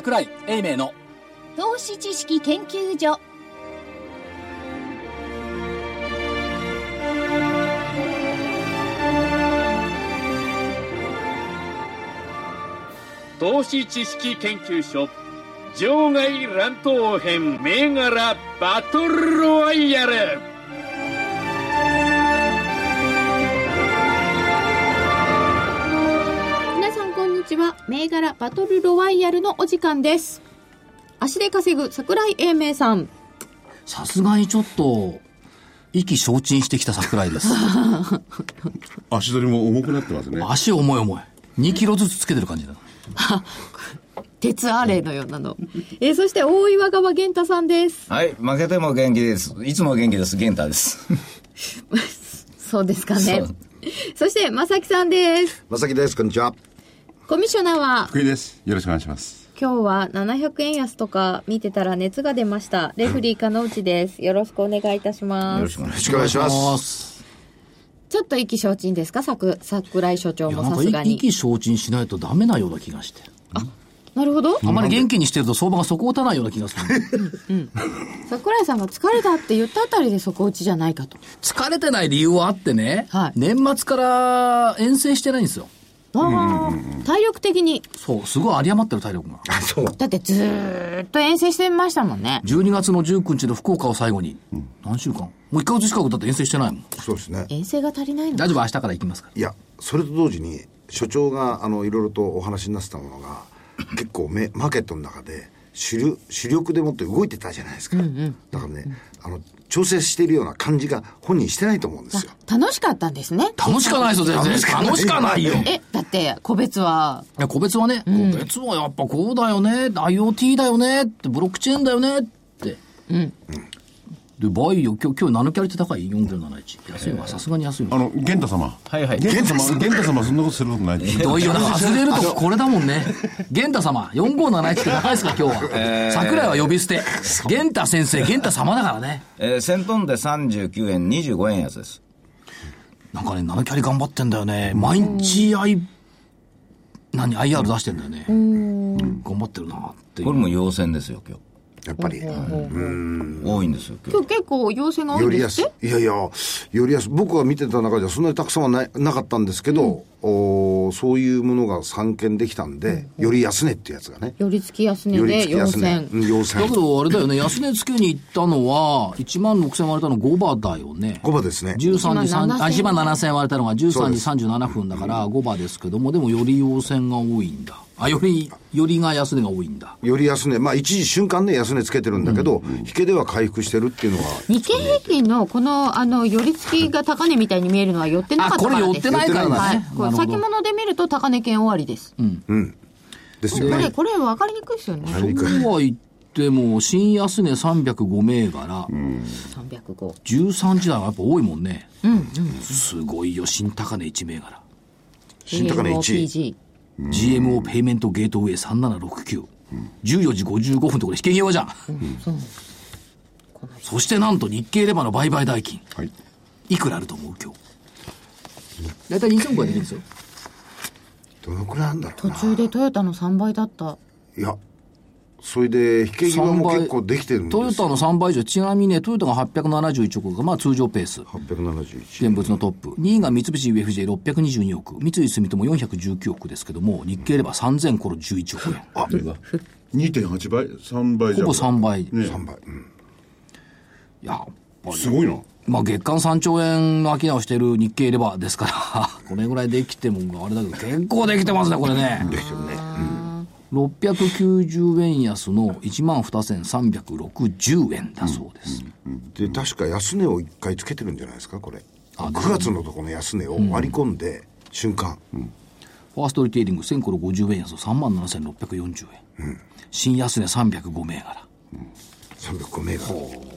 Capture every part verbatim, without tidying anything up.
櫻井英明の投資知識研究所。 投資知識研究所場外乱闘編銘柄バトルロワイヤル。 皆さんこんにちは。銘柄バトルロワイヤルのお時間です。足で稼ぐ櫻井英明さん。 さすがにちょっと意気消沈してきた櫻井です足取りも重くなってますね。 足重い重いにキロずつつけてる感じだ鉄アレイのようなの、えー、そして大岩川源太さんです。 はい、負けても元気です。いつも元気です。源太ですそうですかね。 そ, そして正木さんです。 正木です。こんにちは。 コミッショナーは福井です。よろしくお願いします。 今日はななひゃくえん安とか見てたら熱が出ました。レフリー加納内です。よろしくお願いいたします。 よろしくお願いします。 ちょっと意気消沈ですか、櫻井所長も。さすがにいやなんか意気消沈しないとダメなような気がして。 あ、なるほど。 あまり元気にしてると相場が底を打たないような気がするうん、うん、櫻井さんが疲れたって言ったあたりで底打ちじゃないかと。 疲れてない理由はあってね、はい、年末から遠征してないんですよ。 ああ、体力的に。 そう、すごい有り余ってる体力が。 あ、そう。 だってずーっと遠征してましたもんね。 じゅうにがつのじゅうくにちの福岡を最後に、うん、何週間もういっかげつ近くだって遠征してないもん。 そうですね。 遠征が足りないの。 大丈夫、明日から行きますから。 いや、それと同時に所長があのいろいろとお話になってたものが結構めマーケットの中で主力、主力でもって動いてたじゃないですか、うんうん、だからね、うん、あの調整しているような感じが本人してないと思うんですよ。 楽しかったんですね。 楽しかないですよ、全然。楽しかないよ。 え、だって個別は。 いや、個別はね、うん、個別はやっぱこうだよね、アイオーティー だよねって、ブロックチェーンだよねって。うん。うんで、バイオ、今日、今日ナノキャリって高い よんきゅうなないち。安いわ、さすがに安いわ。 あの、玄太様。 はいはい。 玄太様、玄太様そんなことすることない。 ひどいよな、外れるとこれだもんね。玄太様、よんごうなないちって高いですか、今日は。えー、桜井は呼び捨て。玄太先生、玄太様だからね。 えー、先トンでさんじゅうきゅうえん、にじゅうごえん安です。 なんかね、ナノキャリ頑張ってんだよね。毎日 I、何、アイアール 出してんだよね。うん。頑張ってるなっていう。 これも陽線ですよ、今日。 やっぱり、うん、 多いんですよ今日。結構陽性が多いんですって。 いやいや、より安僕が見てた中ではそんなにたくさんは な, なかったんですけど、うん、おそういうものが散見できたんで、うん、より安値ってやつがね、 より付き安値で陽線、 うん、陽線だけどあれだよね、安値付けに行ったのはいちまんろくせん割れたのごばだよね。 ごばですね。 じゅうさんじさんじゅう、いちまんななせん割れたのがじゅうさんじさんじゅうななふんだからごばですけども、でもより陽線が多いんだ。あ、より、よりが安値が多いんだ。 より安値、まあ一時瞬間で安値つけてるんだけど、うん、引けでは回復してるっていうのは。 日経平均のこの、あの、寄り付きが高値みたいに見えるのは寄ってなかったからです。 あ、これ寄ってないからだね。はい。 これ先物で見ると高値圏終わりです。 うん。うん。ですよね。 これ、これ分かりにくいですよね。 そうは言っても、新安値さんびゃくご銘柄。うん。 さんびゃくご。 じゅうさんじだいはやっぱ多いもんね。うん。うん。すごいよ、新高値いち銘柄。 新高値いち。 ジーエムオー ペイメントゲートウェイさんななろくきゅう、うん、じゅうよじごじゅうごふんとこれ引け際じゃん、うん、そしてなんと日経レバーの売買代金、はい、いくらあると思う今日。だいたいにせんごえんでいいんですよ。 どのくらいなんだろうな。 途中でトヨタのさんばいだった。 いやそれで引け際も結構できてるんですよ。 トヨタのさんばい以上。ちなみにね、トヨタがはっぴゃくななじゅういちおくがまあ通常ペース。 はっぴゃくななじゅういち。 現物のトップ。にいが三菱 ユーエフジェーろっぴゃくにじゅうにおく。三井住友よんひゃくじゅうきゅうおくですけども、日経レバーさんぜんころじゅういちおくえん。 あ、にてんはちばい ?さんばいじゃん。 ほぼさんばい。 ね、さんばい。うん。 やっぱり。 すごいな。 まあ月間さんちょうえんの商いをしている日経レバーですから、これぐらいできてもあれだけど、結構できてますね、これね。 ですよね。うん。 ろっぴゃくきゅうじゅうえん安の いちまんにせんさんびゃくろくじゅうえんだそうです、 うんうんうん、で確か安値をいっかいつけてるんじゃないですかこれ。あくがつのところの安値を割り込んで、うん、瞬間、うん、 ファーストリテイリングせんころごじゅうえん安の さんまんななせんろっぴゃくよんじゅうえん、うん、新安値さんびゃくご銘柄、うん、 さんびゃくご銘柄。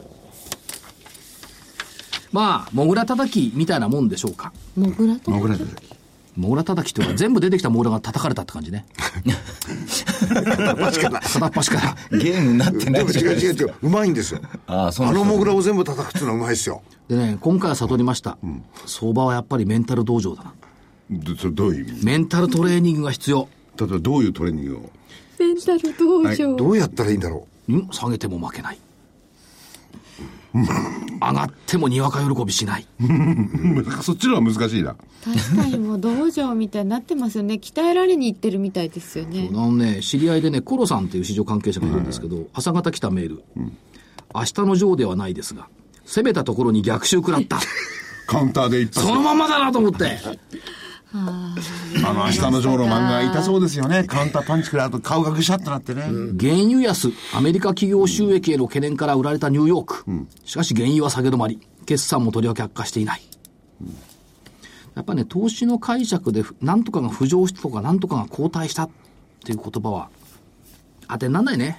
まあモグラ叩きみたいなもんでしょうか。 モグラ叩きモグラ叩きモグラ叩きというのは全部出てきたモグラが叩かれたって感じね。 片っ端から片っ端からゲームになってないでも違う違う違ううまいんですよ。 ああ、そうあのモグラを全部叩くっていうのはうまいですよ。 でね、今回は悟りました、うん、相場はやっぱりメンタル道場だな。 ど, それどういう意味？ メンタルトレーニングが必要。 例えばどういうトレーニングを？ メンタル道場、 どうやったらいいんだろん下げても負けない。上がってもにわか喜びしない。 そっちの方が難しいな。 確かにもう道場みたいになってますよね。鍛えられに行ってるみたいですよね。 あのね、知り合いでね、コロさんっていう市場関係者がいるんですけど、はい、朝方来たメール、うん、明日のジョーではないですが、攻めたところに逆襲食らった。 カウンターで一発。 そのまんまだなと思って。 あの明日のジョーの漫画痛そうですよね。カウンターパンチくらいと顔がぐしゃっとなってね、うん、 原油安、アメリカ企業収益への懸念から売られたニューヨーク、うん、しかし原油は下げ止まり、決算もとりわけ悪化していない、うん、やっぱね、投資の解釈で何とかが浮上したとか何とかが後退したっていう言葉は当てにならないね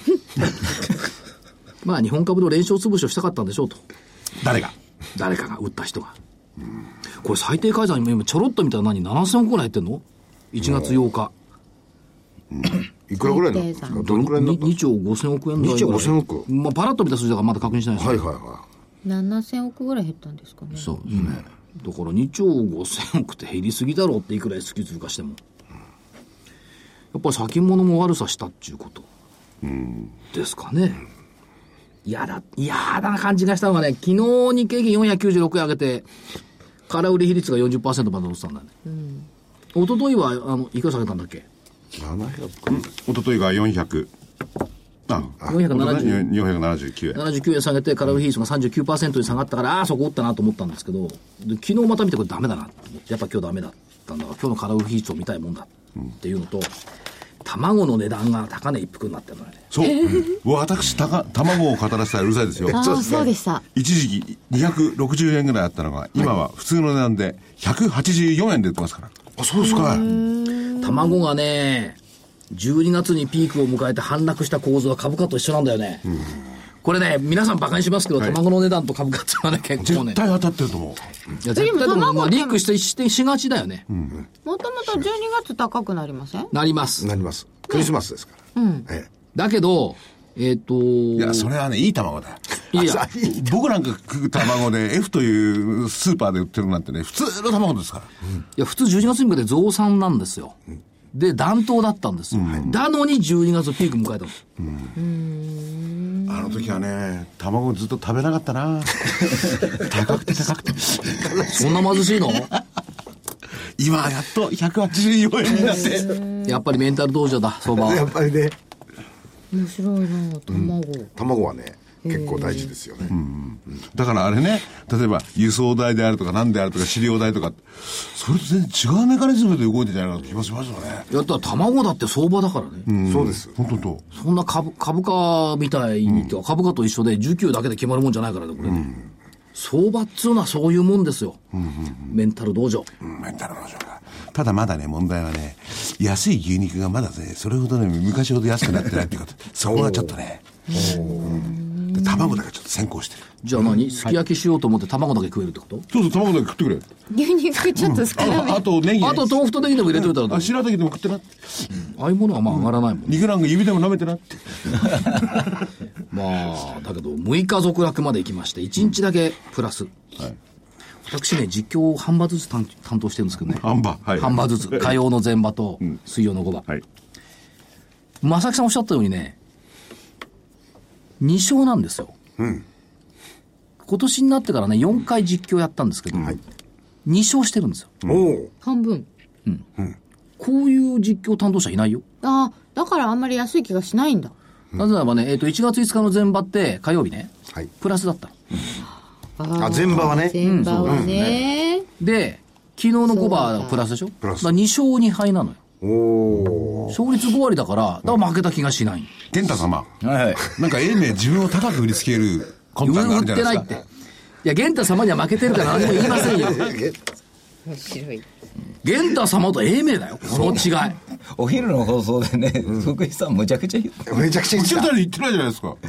まあ日本株の連勝潰しをしたかったんでしょうと。 誰が誰かが売った人が、うん、これ最低改ざんに今ちょろっと見たら何ななせんおくぐらい入ってんの ?いち 月ようか、 うん、いくらぐらいなんですか？どのくらいになった？ にちょうごせんおくえんぐらい。 にちょうごせんおく、 まあ、パラッと見た数字だからまだ確認しないですけど、 はいはいはい、 ななせんおくぐらい減ったんですかね。 そうですね、うん、だからにちょうごせんおくって減りすぎだろうっていくら突き通過しても、やっぱり先物も悪さしたっていうことですかね。嫌だ嫌な感じがしたのがね、昨日日経平均よんひゃくきゅうじゅうろくえん上げて空売り比率が よんじゅっパーセント まで落ちたんだね、うん、一昨日はあのいくら下げたんだっけ？ ななひゃく、 うん、一昨日がよんひゃく、あよんひゃくななじゅう、 よんひゃくななじゅうきゅうえんななじゅうきゅうえん下げて空売り比率が さんじゅうきゅうパーセント に下がったから、ああそこ打ったなと思ったんですけど、で昨日また見てこれダメだなと思って、やっぱ今日ダメだったんだから今日の空売り比率を見たいもんだっていうのと、うん、卵の値段が高値一服になってるのよね。 そう、えー、私たか卵を語らせたらうるさいですよ。 ああそうでした。 一時期にひゃくろくじゅうえんぐらいあったのが今は普通の値段でひゃくはちじゅうよえんで売ってますから。 あ、そうですか。 卵がねじゅうにがつにピークを迎えて反落した構図は株価と一緒なんだよね、うん、これね皆さんバカにしますけど、はい、卵の値段と株価ってのはね結構ね絶対当たってると思う。 いや絶対でもまあリンクしてし、しがちだよね。 もともとじゅうにがつ高くなりません？ なりますなります。クリスマスですから、うんええ、 だけどえっ、ー、といやそれはねいい卵だよ。いや僕なんか食う卵で F というスーパーで売ってるなんてね普通の卵ですから、 うん、いや普通じゅうにがつに向けて増産なんですよ、うん、で暖冬だったんですよ、うん、だのにじゅうにがつピーク迎えたの、うん、 うーんあの時はね卵ずっと食べなかったな高くて高くてそんな貧しいの今やっとひゃくはちじゅうよえんになってやっぱりメンタル道場だ相場はやっぱりね面白いな卵、うん、 卵はね結構大事ですよね、うんうん、だからあれね例えば輸送代であるとか何であるとか飼料代とかそれと全然違うメカニズムで動いてるんじゃないかと気がしますよね。 やったら卵だって相場だからね、 うん、そうです本当とそんな 株, 株価みたいに、うん、株価と一緒で需給だけで決まるもんじゃないからねこれね、うん、相場っつうのはそういうもんですよ、うんうんうん、メンタル道場、 うん、メンタル道場だ。ただまだね問題はね安い牛肉がまだねそれほどね昔ほど安くなってないっていうことそこがちょっとねで卵だけちょっと先行してる。 じゃあ何、うん、すき焼きしようと思って卵だけ食えるってこと？ そうそう卵だけ食ってくれ。 牛肉ちょっと少なめ、 うん、あ, あとネギ、ね、 あと豆腐とネギでも入れといたらどう、うん、 あ白ネギでも食ってなって、 うん、ああいうものはまあ上がらないもん、ね、 肉なんか指でも舐めてなってまあだけどむいか続落まで行きましていちにちだけプラス、うんはい、私ね実況を半場ずつ 担, 担当してるんですけどね半場、はい、 半場ずつ火曜の前場と水曜の後場、うんはい、正木さんおっしゃったようにねに勝なんですよ、うん、今年になってからねよんかい実況やったんですけど、はい、に勝してるんですよ、 うん、半分、 うんうん、こういう実況担当者いないよ。 ああだからあんまり安い気がしないんだ、 うん、なぜならばね、えー、といちがついつかの前場って火曜日ね、はい、プラスだった、 うん、あ前場はね前場はね、 うん、で昨日の後場はプラスでしょ。プラスだからに勝に敗なのよ。お勝率ごわりだからだから負けた気がしない。 健太様、はいはい、なんか英明自分を高く売りつける魂胆があるんじゃないですか。売ってないって。いや玄太様には負けてるから何も言いませんよ面白い。 玄太様と英明だよこの違いお昼の放送でね、うん、福井さんむちゃくちゃ言ってめちゃくちゃ言ってた。 言ってないじゃないですか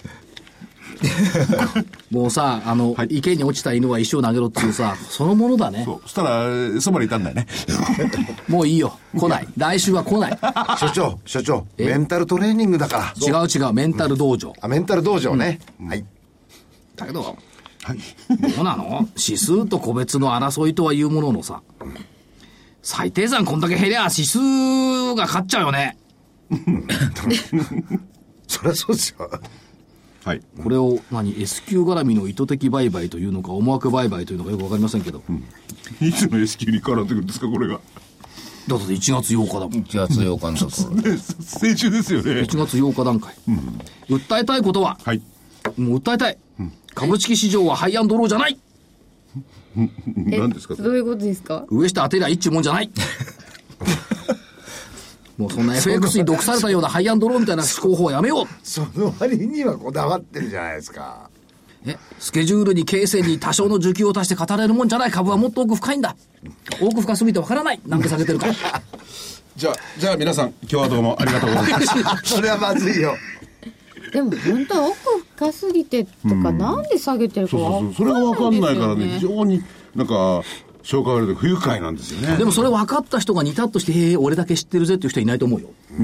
もうさあの、はい、池に落ちた犬は石を投げろっていうさそのものだね。 そうそしたらそばにいたんだよねもういいよ来ない来週は来ない所長所長メンタルトレーニングだから。 違う違うメンタル道場、うん、 あメンタル道場ね、うん、はい。 だけど、はい、どうなの指数と個別の争いとはいうもののさ、うん、最低算こんだけ減りゃ指数が勝っちゃうよね。 そりゃそうですよ。 はい。 これを何 S q 絡みの意図的売買というのか思惑売買というのかよくわかりませんけど、うん、 いつの S q に絡んでくるんですかこれが。 だっていちがつようかだもん。 いちがつようかのところね、先週ですよね。 いちがつようか段階、うん、訴えたいことは、 はい、 もう訴えたい、うん、株式市場はハイアンドローじゃない。 何ですかどういうことですか。 上下当てりゃ一致もんじゃないもうそんな エフエックス に毒されたようなハイアンドローみたいな思考法はやめよう。 その割にはこだわってるじゃないですか。 えスケジュールに経線に多少の需給を足して語れるもんじゃない。株はもっと奥深いんだ。奥深すぎてわからない。なんで下げてるかじゃあじゃあ皆さん今日はどうもありがとうございましたそれはまずいよ。 でも本当は奥深すぎてとか、うん、なんで下げてるかわかんないですよね。 そうそうそう、それがわかんないからね、非常になんか消化が悪い不愉快なんですよね。 でもそれ分かった人がニタッとしてへえ俺だけ知ってるぜっていう人はいないと思うよ。 うん、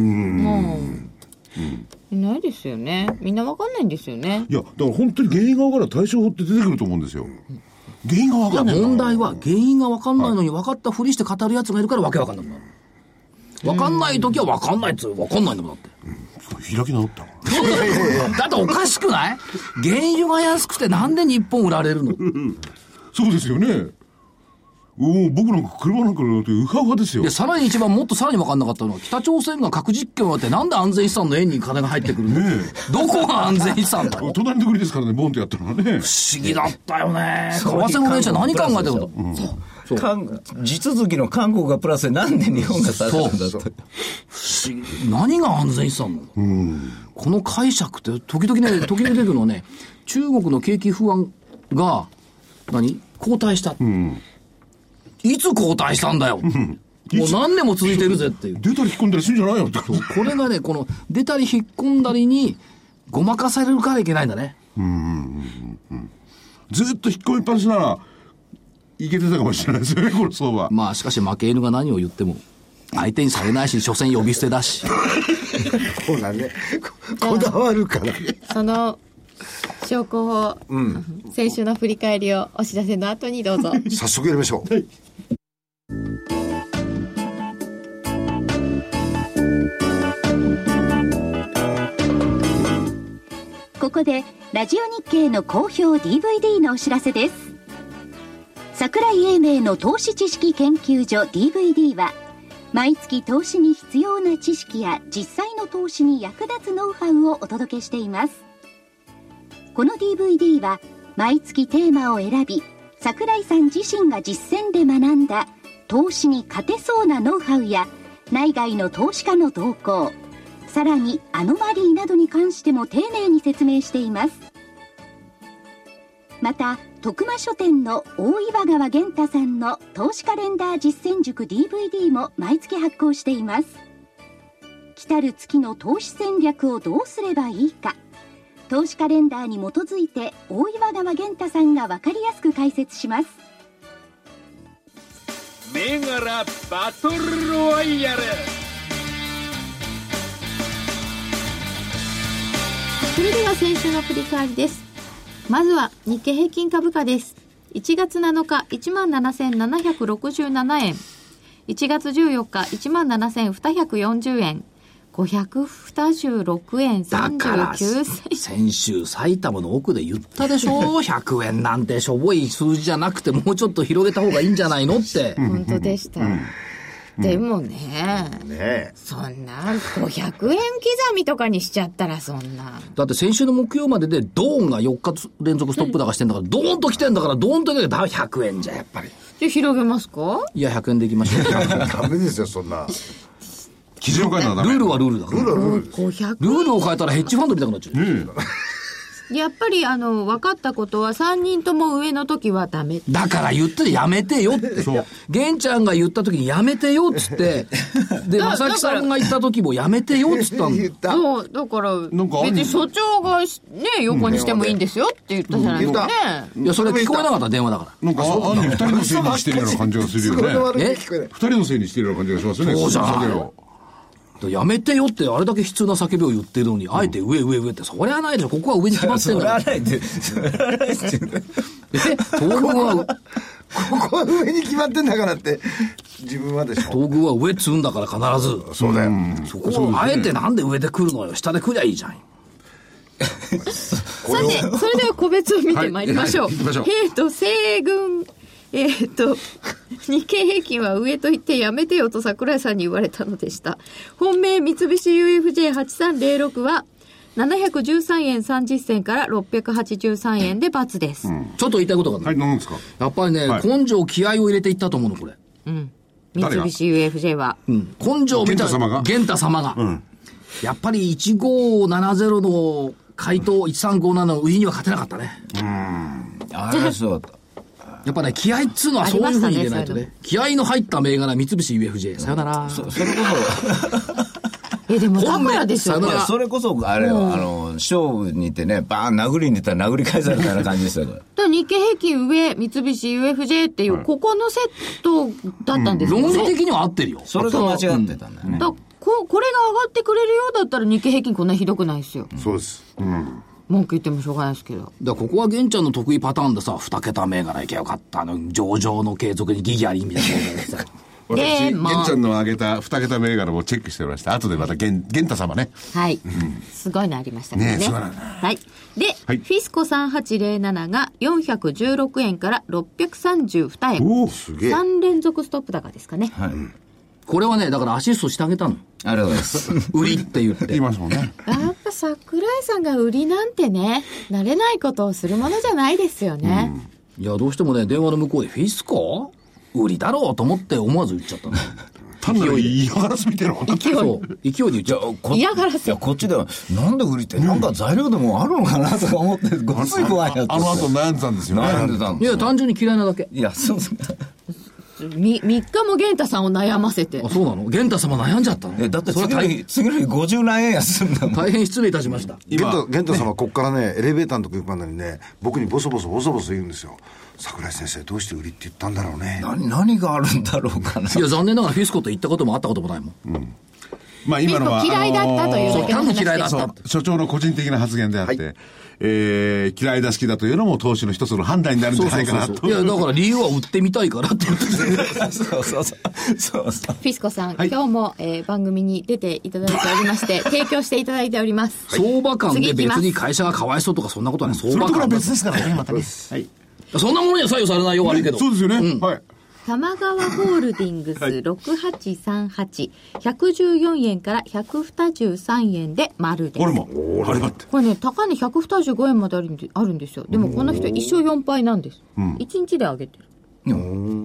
うん、いないですよね。みんな分かんないんですよね。 いやだから本当に原因が分から対処法って出てくると思うんですよ。原因が分かんない。 いや問題は原因が分かんないのに分かったふりして語るやつがいるからわけ分かんないんだ。分かんない時は分かんないっつう分かんないんだもんだって、 うん、開き直っただっておかしくない？原油が安くてなんで日本売られるのそうですよね。お僕なんか車なんかなんてウハウハですよ。 でさらに一番もっとさらに分かんなかったのは北朝鮮が核実験をやってなんで安全資産の円に金が入ってくるの、ね、どこが安全資産だろう隣の国ですからねボンってやったのはね不思議だったよね。為替の連中は何考えてるの、うん、そうそう地続きの韓国がプラスでなんで日本が下がるんだって不思議。何が安全資産なの、うん、この解釈って時々ね時々出てくるのね中国の景気不安が何後退した、うんいつ交代したんだよ、うん、もう何年も続いてるぜっていう。 出たり引っ込んだりするんじゃないよってこれがねこの出たり引っ込んだりにごまかされるからいけないんだね。 うんうんうんうん、ずっと引っ込みっぱなしならいけてたかもしれないですよねこの相場。 まあしかし負け犬が何を言っても相手にされないし所詮呼び捨てだしそうなんね こ, こだわるからその証拠を、うん、先週の振り返りをお知らせの後にどうぞ早速やりましょう、はい。 ここでラジオ日経の好評 ディーブイディー のお知らせです。桜井英明の投資知識研究所 ディーブイディー は毎月投資に必要な知識や実際の投資に役立つノウハウをお届けしています。この ディーブイディー は毎月テーマを選び桜井さん自身が実践で学んだ投資に勝てそうなノウハウや内外の投資家の動向、さらにアノマリーなどに関しても丁寧に説明しています。また徳間書店の大岩川源太さんの投資カレンダー実践塾 ディーブイディー も毎月発行しています。来たる月の投資戦略をどうすればいいか、投資カレンダーに基づいて大岩川源太さんが分かりやすく解説します。 銘柄バトルロワイヤル。 それでは先週の振り返りです。まずは日経平均株価です。いちがつなのか いちまんななせんななひゃくろくじゅうななえん、いちがつじゅうよっか いちまんななせんにひゃくよんじゅうえん、ごひゃくにじゅうろくえんさんじゅうきゅうせん。 先週埼玉の奥で言ったでしょひゃくえんなんてしょぼい数字じゃなくてもうちょっと広げた方がいいんじゃないのって本当でした、うんでもね、 うん、ねそんなごひゃくえん刻みとかにしちゃったらそんな。 だって先週の木曜まででドーンがよっか連続ストップ高してんだから、うん、ドーンと来てんだからドーンと来てひゃくえんじゃやっぱり。 じゃあ広げますか。 いやひゃくえんでいきましょうダメですよそんな基準を変えたらダメ。 ルールはルールだから。 ルールはルールごひゃくルールを変えたらヘッジファンドみたいになっちゃう、ねやっぱりあの分かったことはさんにんとも上の時はダメ。 だから言ってやめてよってそう玄ちゃんが言った時にやめてよっつってで正木さんが言った時もやめてよっつったんだよそうだから別に所長がね横にしてもいいんですよって言ったじゃないですかね、 うん、いやそれ聞こえなかった電話だからなんかあんふたりのせいにしてるような感じがするよねえふたりのせいにしてるような感じがしますよね。 そうじゃんやめてよってあれだけ悲痛な叫びを言ってるのに、うん、あえて上上上ってそりゃないでしょ。ここは上に決まってんだからそりゃないでそりゃないでえ東軍はここは上に決まってんだからって自分はでしょ。 東軍は上っつうんだから必ず。 そうだよ。 そこをあえてなんで上で来るのよ、下で来りゃいいじゃん。 さて、それでは個別を見てまいりましょう。 はいはい、 えっと、西軍、えっと、日経平均は上と言ってやめてよと桜井さんに言われたのでした。本命三菱 ユーエフジェーはちさんゼロろく はななひゃくじゅうさんえんさんじゅっ銭からろっぴゃくはちじゅうさんえんで×です。うん、 ちょっと言いたいことがある。 はい、何ですか。 やっぱりね、はい、根性気合を入れていったと思うの、これ。 うん。三菱 ユーエフジェー は。 うん。根性みたいな。 源太様が源太様が。うん。やっぱりいちごーななゼロの回答いちさんごななの上には勝てなかったね。 うん。あれそうだった。 やっぱね、気合っつうのはそういう風に入れないとね。ね気合の入った銘柄三菱 ユーエフジェー。さよなら。 そ、それこそ。 え、でもだからですよね。 いや、それこそ、あれよ、あの、勝負に行ってね、バーン殴りに行ったら殴り返されたような感じですよ、これ。 だから日経平均上、三菱 ユーエフジェー っていう、ここのセットだったんですよね。 論理的には合ってるよ。 それが間違ってたんだよね。 だこ、これが上がってくれるようだったら日経平均こんなひどくないですよ。 そうです。うん。 文句言ってもしょうがないですけど。 だここは玄ちゃんの得意パターンでさ、二桁銘柄いけよかった。あの、上場の継続にギギありみたいな銘柄でさ。 私、玄ちゃんの挙げた二桁銘柄もチェックしておりました。後でまた玄太様ね。 はい。うん、すごいのありましたね。 ねえ、そうなんだ。 はい。で、はい、フィスコさんはちゼロなながよんひゃくじゅうろくえんからろっぴゃくさんじゅうにえん。 おお、すげえ。 さん連続ストップ高ですかね。はい。 これはね、だからアシストしてあげたの。 ありがとうございます。 売りって言って。 言いますもんね。 やっぱ桜井さんが売りなんてね、慣れないことをするものじゃないですよね。 うん、いや、どうしてもね、電話の向こうでフィスコ売りだろうと思って思わず言っちゃったの。 単なる嫌がらせみたいなの。 勢い。そう。勢いで言っちゃう。 嫌がらせ。 いや、こっちでは、なんで売りって、なんか材料でもあるのかなとか思って、ごっつい怖いやつ。 あの後悩んでたんですよね。 悩んでたんです。 いや、単純に嫌いなだけ。 いや、そうですね。 み、みっかも玄太さんを悩ませて。 あ、そうなの？玄太様悩んじゃったの？ え、だって次の日、次の日ごじゅう何円安んだもん。 大変失礼いたしました。 玄太、玄太様、こっからね、エレベーターのとこ行くまでにね、僕にボソボソボソボソ言うんですよ。桜井先生、どうして売りって言ったんだろうね。 何、何があるんだろうかな。 いや、残念ながらフィスコと言ったこともあったこともないもん。うん。 まあ今のは。 嫌いだったというだけの話で。 嫌いだった。 所長の個人的な発言であって、はい、えー、嫌いだ好きだというのも投資の一つの判断になるんじゃないかなと。 そうそうそうそう。いや、だから理由は売ってみたいからって言ってそうそうそう。そうそう。 フィスコさん、 はい、 今日も、えー、番組に出ていただいておりまして、提供していただいております。 はい、相場感で別に会社がかわいそうとかそんなことはね、相場感。 それとは別ですからね、またね。はい。 そんなものには採用されないよ、悪いけど。 そうですよね。うん、はい。 玉川ホールディングスろくはちさんはち、ひゃくじゅうよんえんからひゃくにじゅうさんえんで丸です。 これも、あれだって。 これね、高値ひゃくにじゅうごえんまであるんで、あるんですよ。でもこの人いっ勝よん敗なんです。うん、いちにちで上げてる。 うん。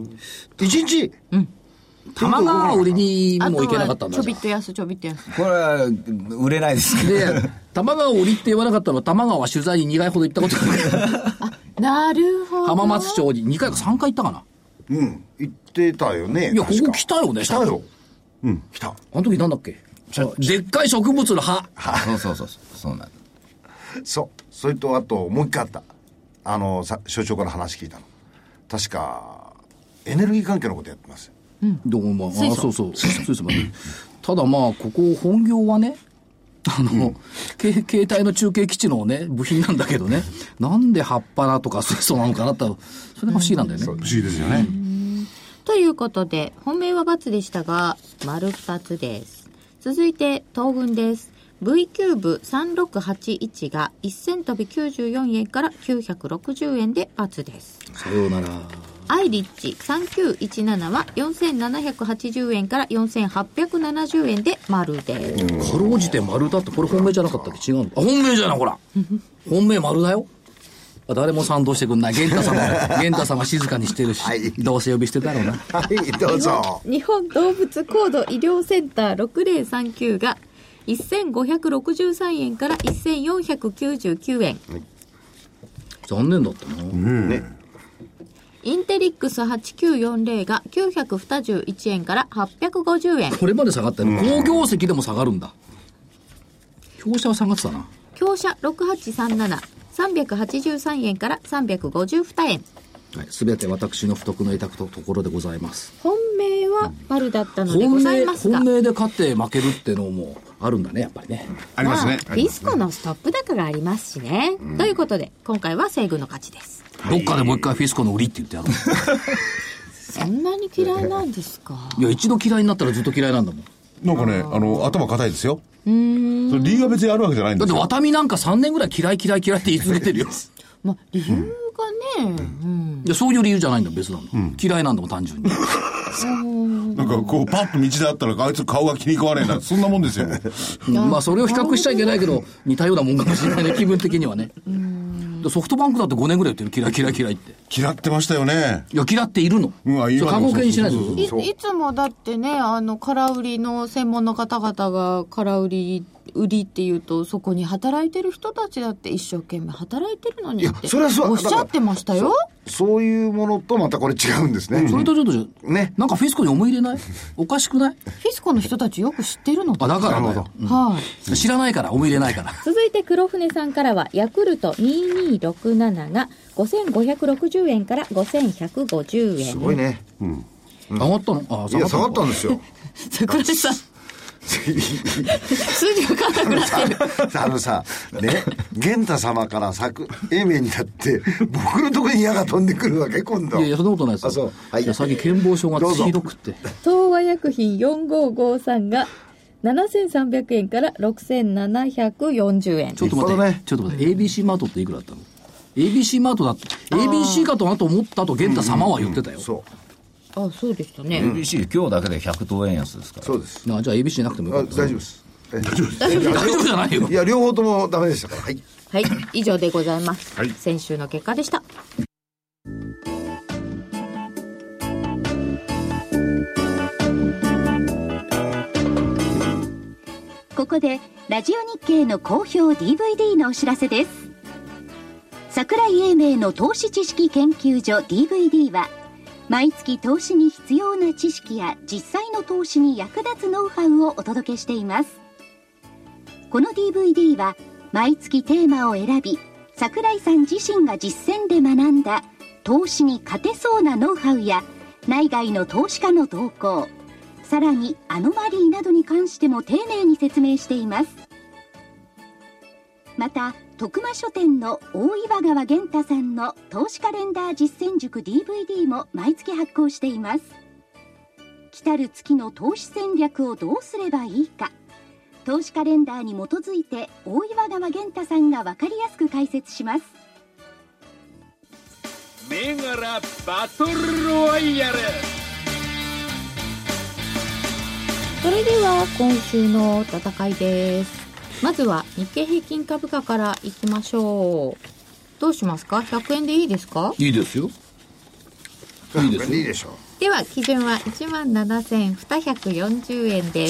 いちにち？ うん。 玉川売りにもいけなかったんだ。 ちょびっと安、ちょびっと安。 これは売れないですけど。 で、玉川売りって言わなかったのは、玉川は取材ににかいほど行ったことがある。 あ、なるほど。 浜松町ににかいかさんかい行ったかな。 うん。行ってたよね。 いや、ここ来たよね。 来たよ。うん。来た。 あの時なんだっけ？でっかい植物の葉。 そうそうそう。そうなんだ。 そう。それと、あと、もう一回あった。あの、さ所長から話聞いたの。確か、エネルギー関係のことやってますよ。 うん。どうも、まあ、あ、そうそう。水素まで。ただまあ、ここ本業はね、あの、うん、携帯の中継基地のね、部品なんだけどね、なんで葉っぱだとか水素なのかなって、それが不思議なんだよね。 不思議ですよね。 ということで、本命は×でしたが、丸ふたつです。続いて、東軍です。V キューブさんろくはちいちがいっせん飛びきゅうじゅうよんえんからきゅうひゃくろくじゅうえんで×です。 さようなら。 アイリッチさんきゅういちななはよんせんななひゃくはちじゅうえんからよんせんはっぴゃくななじゅうえんで丸です。 かろうじて丸だって、これ本命じゃなかったっけ？違うの？あ、本命じゃない、ほら。本命丸だよ。誰も賛同してくんない。玄太様、玄太様静かにしてるし、はい、どうせ呼び捨てだろうな。 はい、どうぞ。 日本動物高度医療センターろくぜろさんきゅうがせんごひゃくろくじゅうさんえんからせんよんひゃくきゅうじゅうきゅうえん。はい、 残念だったな。うんね。 インテリックスはちきゅうよんぜろがきゅうひゃくにじゅういちえんからはっぴゃくごじゅうえん。 これまで下がったよね。好業績でも下がるんだ。強者は下がってたな。 強者ろくはちさんなな。さんびゃくはちじゅうさんえんからさんびゃくごじゅうにえん。 はい、すべて私の不徳の痛くとところでございます。 本命は丸だったのでございますが、 本命、本命で勝って負けるってのもあるんだねやっぱりね。 ありますね。 まあ、フィスコのストップ高がありますしね、うん、ということで今回は西軍の勝ちです。 どっかでもう一回フィスコの売りって言ってやろう。 そんなに嫌いなんですか？ いや一度嫌いになったらずっと嫌いなんだもん。 なんかねあの頭固いですよ。うーん、それ理由が別にあるわけじゃないんですよ。 だってワタミなんかさんねんぐらい嫌い嫌い嫌いって言い続けてるよ。 まあ理由がね、うんうん、 いやそういう理由じゃないんだ別なんだ、うん、嫌いなんだもん単純に。 なんかこうパッと道であったらあいつ顔が気に食わねえなそんなもんですよ。 まあそれを比較しちゃいけないけど似たようなもんかもしれないね気分的にはね。うんソフトバンクだってごねんぐらい言ってる嫌い嫌い嫌いって嫌ってましたよね。 いや嫌っているの、うん、あいい過去形にしないでい, いつもだってねあの空売りの専門の方々が空売り売りっていうとそこに働いてる人たちだって一生懸命働いてるのにっておっしゃってましたよ。 そ, そういうものとまたこれ違うんですね、うん、 それとちょっとじゃ、ね、なんかフィスコに思い入れないおかしくない？ フィスコの人たちよく知ってるのあだからだよ、うんはい、知らないから思い入れないから。 続いて黒船さんからはヤクルトににろくなながごせんごひゃくろくじゅうえんからごせんひゃくごじゅうえん。 すごいね、うんうん、上がったの？あいや下がったんですよ。 桜井さん数字分かんなくなってる。 あのさね源太様から作英明になって僕のところに矢が飛んでくるわけ今度。 いやいやそんなことないですよ。 あそう、はい、 いや最近健忘症が黄色くって東和薬品よんごごさんがななせんさんびゃくえんからろくせんななひゃくよんじゅうえん。 ちょっと待って、ね、ちょっと待って エービーシー マートっていくらだったの？ エービーシー マートだって エービーシー かとなと思ったと源太様は言ってたよ、うんうん、 そうあそうでしたね、 エービーシー 今日だけでひゃくとうえん安ですから。 そうです。 あじゃあ エービーシー なくてもよかった。 大丈夫です。 大丈夫大丈夫じゃないよ。 いや両方ともダメでしたからはい、 はい、以上でございます、 はい、 先週の結果でした。 ここでラジオ日経の好評 ディーブイディー のお知らせです。桜井英明の投資知識研究所 ディーブイディー は毎月投資に必要な知識や実際の投資に役立つノウハウをお届けしています。この ディーブイディー は毎月テーマを選び桜井さん自身が実践で学んだ投資に勝てそうなノウハウや内外の投資家の動向、さらにアノマリーなどに関しても丁寧に説明しています。また徳間書店の大岩川源太さんの投資カレンダー実践塾 ディーブイディー も毎月発行しています。来たる月の投資戦略をどうすればいいか、投資カレンダーに基づいて大岩川源太さんが分かりやすく解説します。 銘柄バトルロワイヤル。 それでは今週の戦いです。まずは日経平均株価からいきましょう。どうしますか？ひゃくえんでいいですか？ いいですよ。いいですよ。 いいでしょう。 では基準はいちまんななせんにひゃくよんじゅうえんです。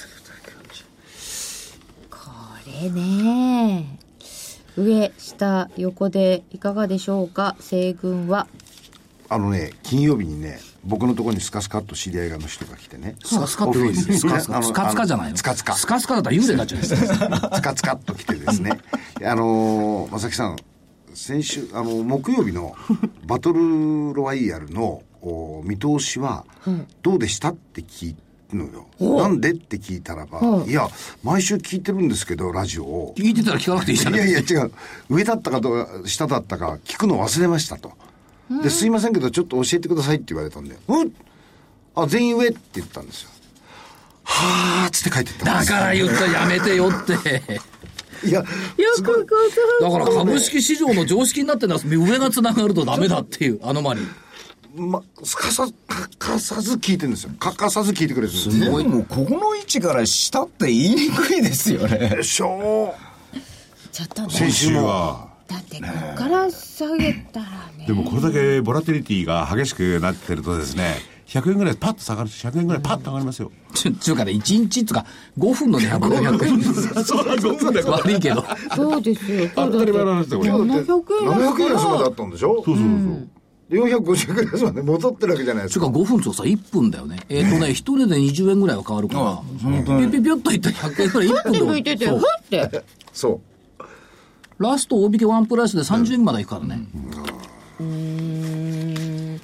これね上下横でいかがでしょうか？西軍はあのね金曜日にね僕のところにスカスカっと知り合いの人が来てね、 スカスカって言うんですよ。スカスカスカじゃないの？ スカスカスカスカだったら幽霊になっちゃうんですよ。 スカスカっと来てですねあのー、正木さん先週あの木曜日のバトルロワイヤルの見通しはどうでしたって聞いたのよ、うん、なんでって聞いたらば、うん、いや毎週聞いてるんですけどラジオを聞いてたら聞かなくていいじゃない。 いやいや違う、上だったかどう下だったか聞くの忘れましたと。ですいませんけどちょっと教えてくださいって言われたんで、うんあ全員上って言ったんですよ。はーっつって書いてったんです。 だから言ったらやめてよっていやよくご存知。 だから株式市場の常識になってるのは上がつながるとダメだっていうアノマリー。 ま、すかさ欠かさず聞いてるんですよ。欠かさず聞いてくれるんですよ。 すごい。もうここの位置から下って言いにくいですよね。 でしょちょっとね先週はだってここから下げたらね。 でもこれだけボラティリティが激しくなってるとですね、ひゃくえんぐらいパッと下がるしひゃくえんぐらいパッと上がりますよ。 ちゅうかねいちにちとかごふんの値幅でひゃくえん悪いけどそうですよ。 当たり前なんですよこれ。 ななひゃくえんななひゃくえん安まであったんでしょ。 そうそうそう、うんよんひゃくごじゅうえんぐらい安まで戻ってるわけじゃないですか。 ちゅうかごふんとさいっぷんだよね。えっ、ー、とね一値でにじゅうえんぐらいは変わるからピュピュピュッといったらひゃくえんぐらいいっぷんで向いててふってそうラスト大引けワンプライスでさんじゅうえんまでいくからね。 うーん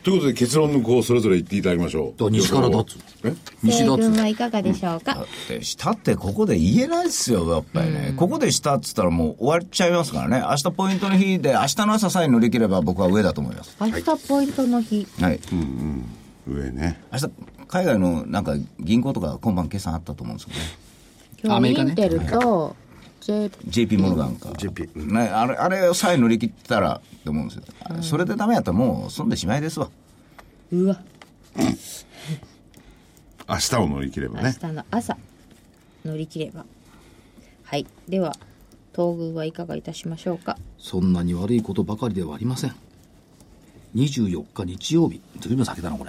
ということで結論のこうそれぞれ言っていただきましょう。 西から立つ。 え西西立つ。 はいかがでしょうか。 だって下ってここで言えないですよ、やっぱりね。ここで下って言ったらもう終わっちゃいますからね。明日ポイントの日で、明日の朝さえ乗り切れば僕は上だと思います。 明日ポイントの日。 はい。 上ね。 明日、海外のなんか銀行とか今晩決算あったと思うんですよね。 今日アメリカねインテルと J、 ジェイピー モルガンか。 ジェイピーね、あれ、あれさえ乗り切ったらって思うんですよ。それでダメやったらもう損でしまいですわ。 うわ、 明日を乗り切ればね。 明日の朝乗り切れば。はい。では東軍はいかがいたしましょうか。 そんなに悪いことばかりではありません。にじゅうよっか日曜日、ずいぶん先だなこれ。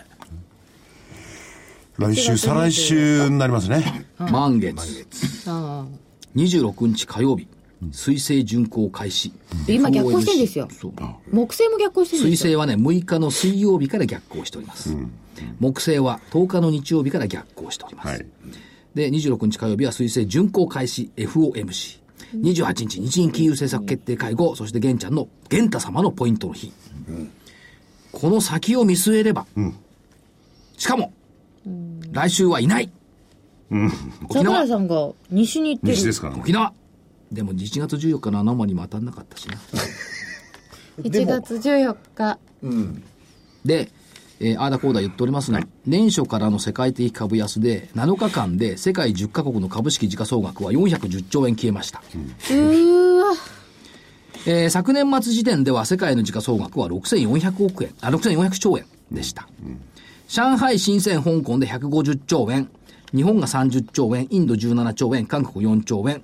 来週、再来週になりますね。 満月。 あにじゅうろくにち火曜日、水星巡行開始。 あ。今逆行してるんですよ。 そう。 木星も逆行してるんですよ。 水星はね、むいかの水曜日から逆行しております。木星はとおかの日曜日から逆行しております。 はい。 で、にじゅうろくにち火曜日は水星巡行開始 エフオーエムシー。にじゅうはちにち日銀金融政策決定会合、そして玄ちゃんの玄太様のポイントの日。この先を見据えれば、しかも、来週はいない。沖桜縄井さんが西に行ってる。 西ですからね。 沖縄でもいちがつじゅうよっかのあのまにも当たんなかったしな。 いちがつじゅうよっか。 で、えー、あーだこーだ言っておりますが、年初からの世界的株安でなのかかんで世界じゅっかこくの株式時価総額はよんひゃくじゅっちょうえん消えました。 うーわ。 えー昨年末時点では世界の時価総額はろくせんよんひゃくおくえん、あ、ろくせんよんひゃくちょうえんでした。上海、深セン、香港でひゃくごじゅっちょうえん、日本がさんじゅっちょうえん、インドじゅうななちょうえん、韓国よんちょうえん。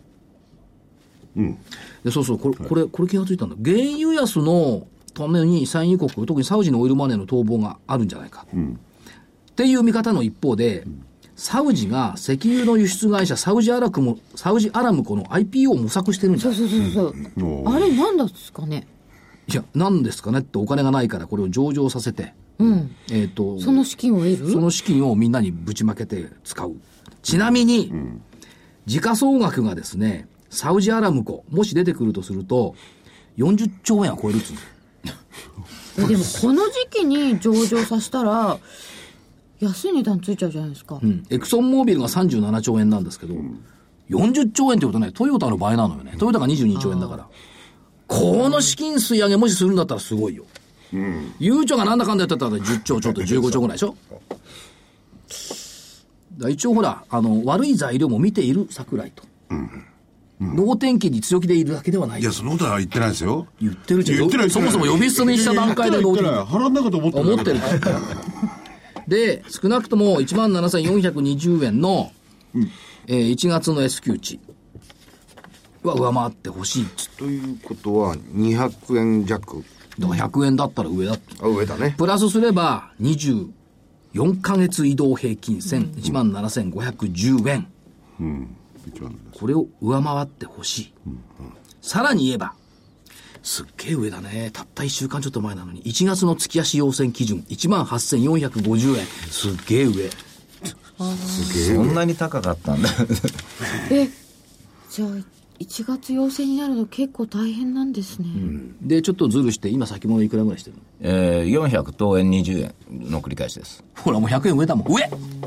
でそうそう、これ、これ、これ気がついたんだ。原油安のために産油国、特にサウジのオイルマネーの逃亡があるんじゃないか。っていう見方の一方で、サウジが石油の輸出会社サウジアラクも、サウジアラムコの アイピーオー を模索してるんじゃないか。 そうそうそうそう。あれなんですかね。 いや、なんですかねってお金がないからこれを上場させて、 うん。 えっ、と、 その資金を得る。 その資金をみんなにぶちまけて使う。ちなみに、時価総額がですね、サウジアラムコ、もし出てくるとすると、よんじゅっちょうえんは超えるっつうんだよ。 えでもこの時期に上場させたら安い値段ついちゃうじゃないですか。 うん。エクソンモービルがさんじゅうななちょうえんなんですけど、よんじゅっちょうえんってことね、トヨタの倍なのよね。トヨタがにじゅうにちょうえんだから。この資金吸い上げもしするんだったらすごいよ。ゆうちょがなんだかんだやってたらじゅっちょうちょっとじゅうごちょうぐらいでしょ。だ一応ほら、あの、悪い材料も見ている桜井と。能天気に強気でいるだけではない。 いや、そのことは言ってないですよ。 言ってるじゃん。 言ってないそもそも呼び捨てにした段階で能天気。 払んなかと思って思ってる。で、少なくとも いちまんななせんよんひゃくにじゅうえんの、えーいちがつの S q 値は上回ってほしいっつって。 ということはにひゃくえん弱。 だからひゃくえんだったら上だって。 あ、上だね。 プラスすればにじゅうよんかげつ移動平均線 いちまんななせんごひゃくじゅうえん。これを上回ってほしい。さらに言えば、すっげえ上だね。たったいっしゅうかんちょっと前なのに、いちがつの月足要請基準、いちまんはっせんよんひゃくごじゅうえん。すっげえ上。 そんなに高かったんだ。 えじゃあいちがつ要請になるの結構大変なんですね。 で、ちょっとズルして、今先物いくらぐらいしてるの？ えー、よんひゃくとうえんにじゅうえんの繰り返しです。 ほら、もうひゃくえん上だもん。上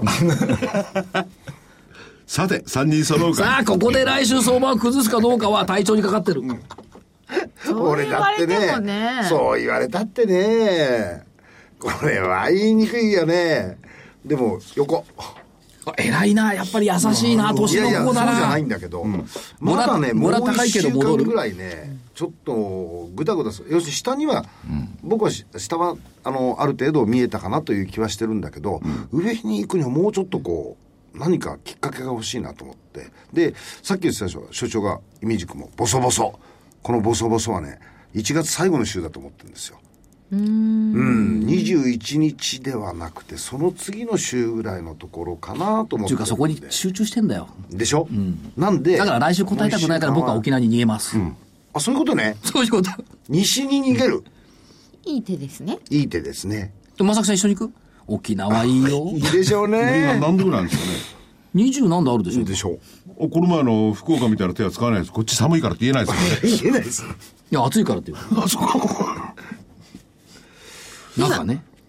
さて、さんにん揃うか。 さあ、ここで来週相場を崩すかどうかは体調にかかってる。 そう言われてもね。 そう言われたってね。これは言いにくいよね。でも、横。 偉いな、やっぱり優しいな、年の子だな。 いやいや、そうじゃないんだけど、まだね、もう高い一週けど戻る間ぐらいね、ちょっとぐだぐだする。要するに下には、僕は下はあのある程度見えたかなという気はしてるんだけど、上に行くにはもうちょっとこう何かきっかけが欲しいなと思って、でさっき言ってたでしょ、所長がイメージ君もボソボソ、このボソボソはねいちがつ最後の週だと思ってるんですよ。うんうんにじゅういちにちではなくてその次の週ぐらいのところかなと思ってるんで。 っていうかそこに集中してんだよ。 でしょ、うん、なんでだから来週答えたくないから僕は沖縄に逃げます、うん、 あ、そういうことね。 そういうこと西に逃げる、 いい手ですね。 いい手ですね。 でまさきさん一緒に行く？沖縄いいよ。 いいでしょうね。 何度ぐらいなんですかね。 にじゅう何度あるでしょ。 でしょう。この前の福岡みたいな手は使わないです。こっち寒いからって言えないですよね。 言えないです。 いや暑いからっていう。 あ、そこ。 なんかね、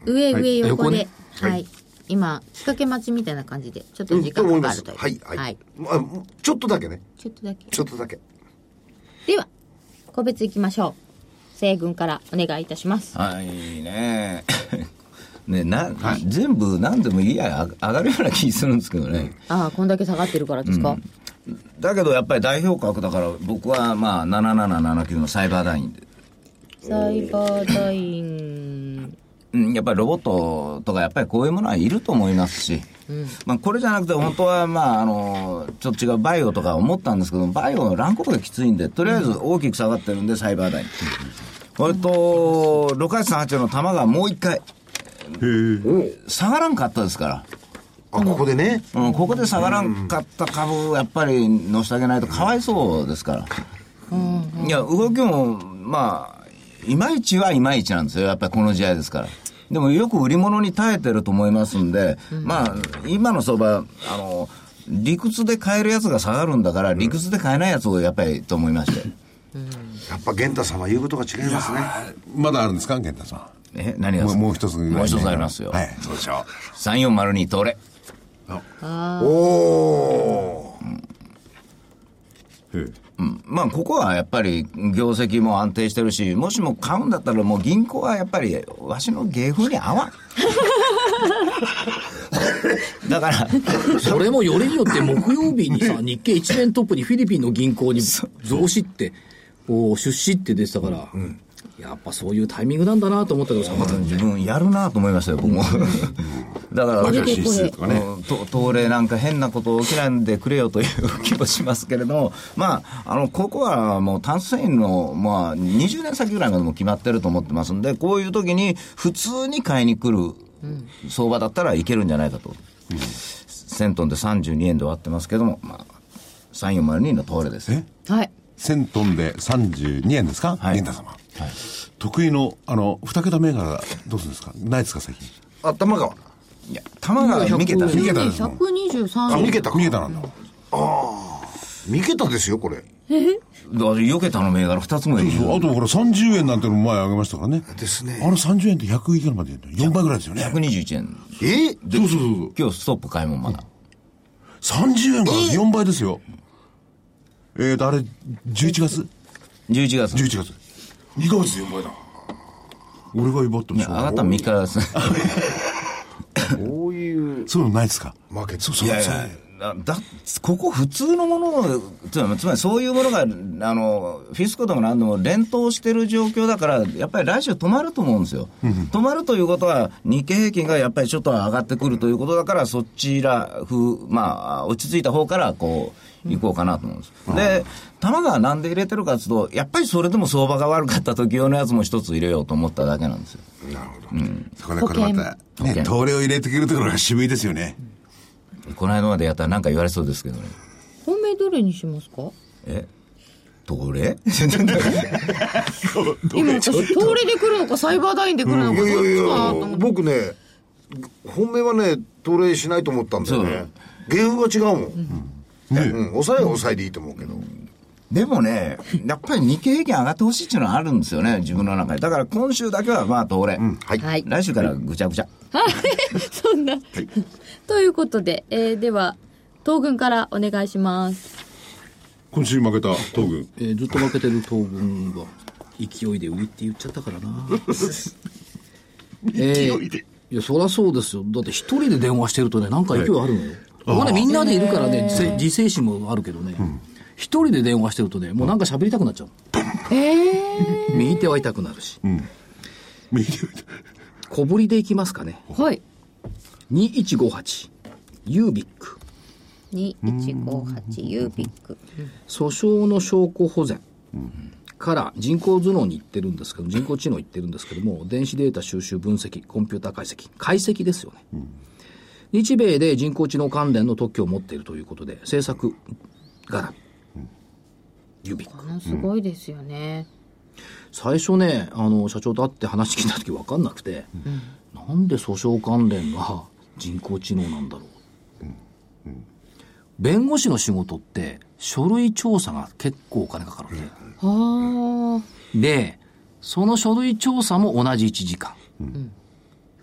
上上横で、 横ねはい、 はい今仕掛け待ちみたいな感じでちょっと時間かかるという、 はいはい、 はい、 まあちょっとだけねちょっとだけちょっとだけでは個別いきましょう。西軍からお願いいたします。 はいねねな、はい、全部何でもいいや上がるような気するんですけどね。 ああこんだけ下がってるからですか、 うん、だけどやっぱり代表格だから僕はまあななななななきゅうのサイバーダインでサイバーダイン、 うん、やっぱりロボットとかやっぱりこういうものはいると思いますし、うんまあ、これじゃなくて本当はまああのちょっと違うバイオとか思ったんですけどバイオの乱高下がきついんでとりあえず大きく下がってるんでサイバーダイン、これとろくはちさんはちの玉がもう一回下がらんかったですから、 あここでね、 うん、ここで下がらんかった株をやっぱり乗せてあげないとかわいそうですから、うんうん、いや動きもまあいまいちはいまいちなんですよやっぱりこの時代ですから。でもよく売り物に耐えてると思いますんで、うん、まあ今の相場あの理屈で買えるやつが下がるんだから理屈で買えないやつをやっぱりと思いまして、 うん、やっぱ源太さんは言うことが違いますね。 まだあるんですか源太さん。 え何がもう、もう一つぐらい、ね、 もう一つありますよ。 はい、そうでしょう。 さんよんまるに東レ。 あおー、うん、まあここはやっぱり業績も安定してるし、もしも買うんだったらもう銀行はやっぱりわしの芸風に合わんだからそれもよりによって木曜日にさ日経一面トップにフィリピンの銀行に増資ってこう出資って出てたから、うん、やっぱそういうタイミングなんだなと思ったけどさ、ま自分やるなと思いましたよ僕もだから東レなんか変なこと起きないんでくれよという気もしますけれども、まああのここはもう炭素繊維のまあにじゅうねん先ぐらいまでも決まってると思ってますんで、こういう時に普通に買いに来る相場だったらいけるんじゃないかと、うん、せんトンでさんじゅうにえんで終わってますけども、まあ、さんよんまるにの東レです。 え、 はい、 せんトンでさんじゅうにえんですか、 はい、 源太様、はい、得意のあのに桁銘柄どうするんですか、ないですか最近。 あ玉川いや玉川三桁三桁ですもん。 ひゃくにじゅうさんあ三桁か三桁なんだ。ああ三桁ですよこれ。 えだからよ桁の銘柄ふたつもいる。 そうそう、あとほらさんじゅうえんなんてのも前あげましたからね。 ですね。 あのさんじゅうえんってひゃくいくらまでよんばいぐらいですよね。 ひゃくにじゅういちえん。 えそうそうそう。 今日ストップ買いもまだ。 さんじゅうえんがよんばいですよ。えーと、あれ、じゅういちがつじゅういちがつ。 じゅういちがつ。にかげつでよんばいだ。俺が奪ってもいや、上がったのみっかです。 こういう。 そういうのないですかマーケット。 そうそういやいやだここ普通のものをつまり、つまりそういうものがあのフィスコでも何でも連投してる状況だからやっぱり来週止まると思うんですよ、うん、止まるということは日経平均がやっぱりちょっと上がってくるということだからそちら風、まあ、落ち着いた方からこう行こうかなと思うんです、うん、で玉がなんで入れてるかというとやっぱりそれでも相場が悪かった時用のやつも一つ入れようと思っただけなんですよ。 なるほど、 うん、そこでこれまたね東レを入れてくるところが渋いですよね。 この間までやったら何か言われそうですけどね。 本命どれにしますか。 え東レ今私東レで来るのかサイバーダインで来るのか、うん、いやいやいや僕ね本命はね東レしないと思ったんだよね。芸風が違うもん、うんねうん、抑えは抑えでいいと思うけど、うん、 でもねやっぱり日経平均上がってほしいっていうのはあるんですよね自分の中で。だから今週だけはまあ東レ、うんはい、来週からぐちゃぐちゃ、 はい、そんな、はい、ということで、えー、では東軍からお願いします。 今週負けた東軍、 えー、ずっと負けてる東軍は勢いで売りって言っちゃったからな勢いで、えー、いやそりゃそうですよ。だって一人で電話してるとねなんか勢いあるのよ、はい、ね、みんなでいるからね自制心もあるけどね、うん一人で電話してるとねもうなんか喋りたくなっちゃう。 えー、 右手は痛くなるし、うん、 右手は痛く小ぶりでいきますかね。 はいにいちごはちユービックにいちごはちユービック訴訟の証拠保全から人工頭脳に行ってるんですけど人工知能行ってるんですけども電子データ収集分析コンピューター解析解析ですよね、うん、日米で人工知能関連の特許を持っているということで政策絡みユービックすごいですよね、 うん、最初ねあの社長と会って話聞いた時分かんなくて、うん、なんで訴訟関連が人工知能なんだろう、うんうん、弁護士の仕事って書類調査が結構お金かかるんで、うん、でその書類調査も同じいちじかん、うん、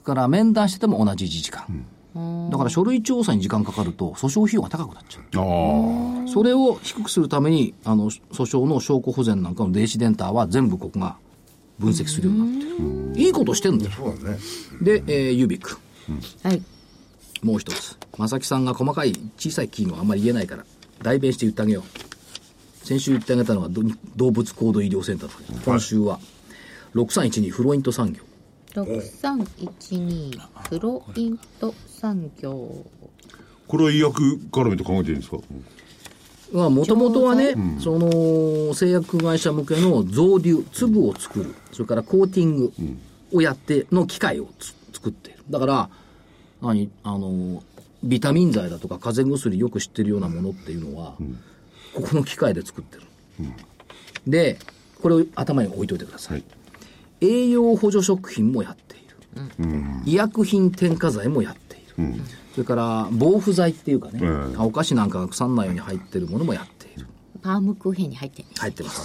から面談してても同じいちじかん、うん、だから書類調査に時間かかると訴訟費用が高くなっちゃう。あ、それを低くするためにあの訴訟の証拠保全なんかの電子デンターは全部ここが分析するようになってる。いいことしてんだよ。 そうだね。 で、えー、ユービック、 うん、はい、 もう一つ正木さんが細かい小さいキーのあんまり言えないから代弁して言ってあげよう。先週言ってあげたのが動物高度医療センターとか、今週はろくさんいちにフロイント産業、 ろくさんいちにフロイント産業、 これは医薬絡めて考えていいんですか。 もともとはね、うん、その製薬会社向けの増粒粒を作る、それからコーティングをやっての機械を作っている。だから何あのビタミン剤だとか風邪薬よく知ってるようなものっていうのは、うん、ここの機械で作ってる、うん、でこれを頭に置いといてください、はい、栄養補助食品もやっている、うん、医薬品添加剤もやっている、うん、それから防腐剤っていうかね、うん、お菓子なんかが腐らないように入ってるものもやっている。 パームクーヘンに入ってる、 入ってます。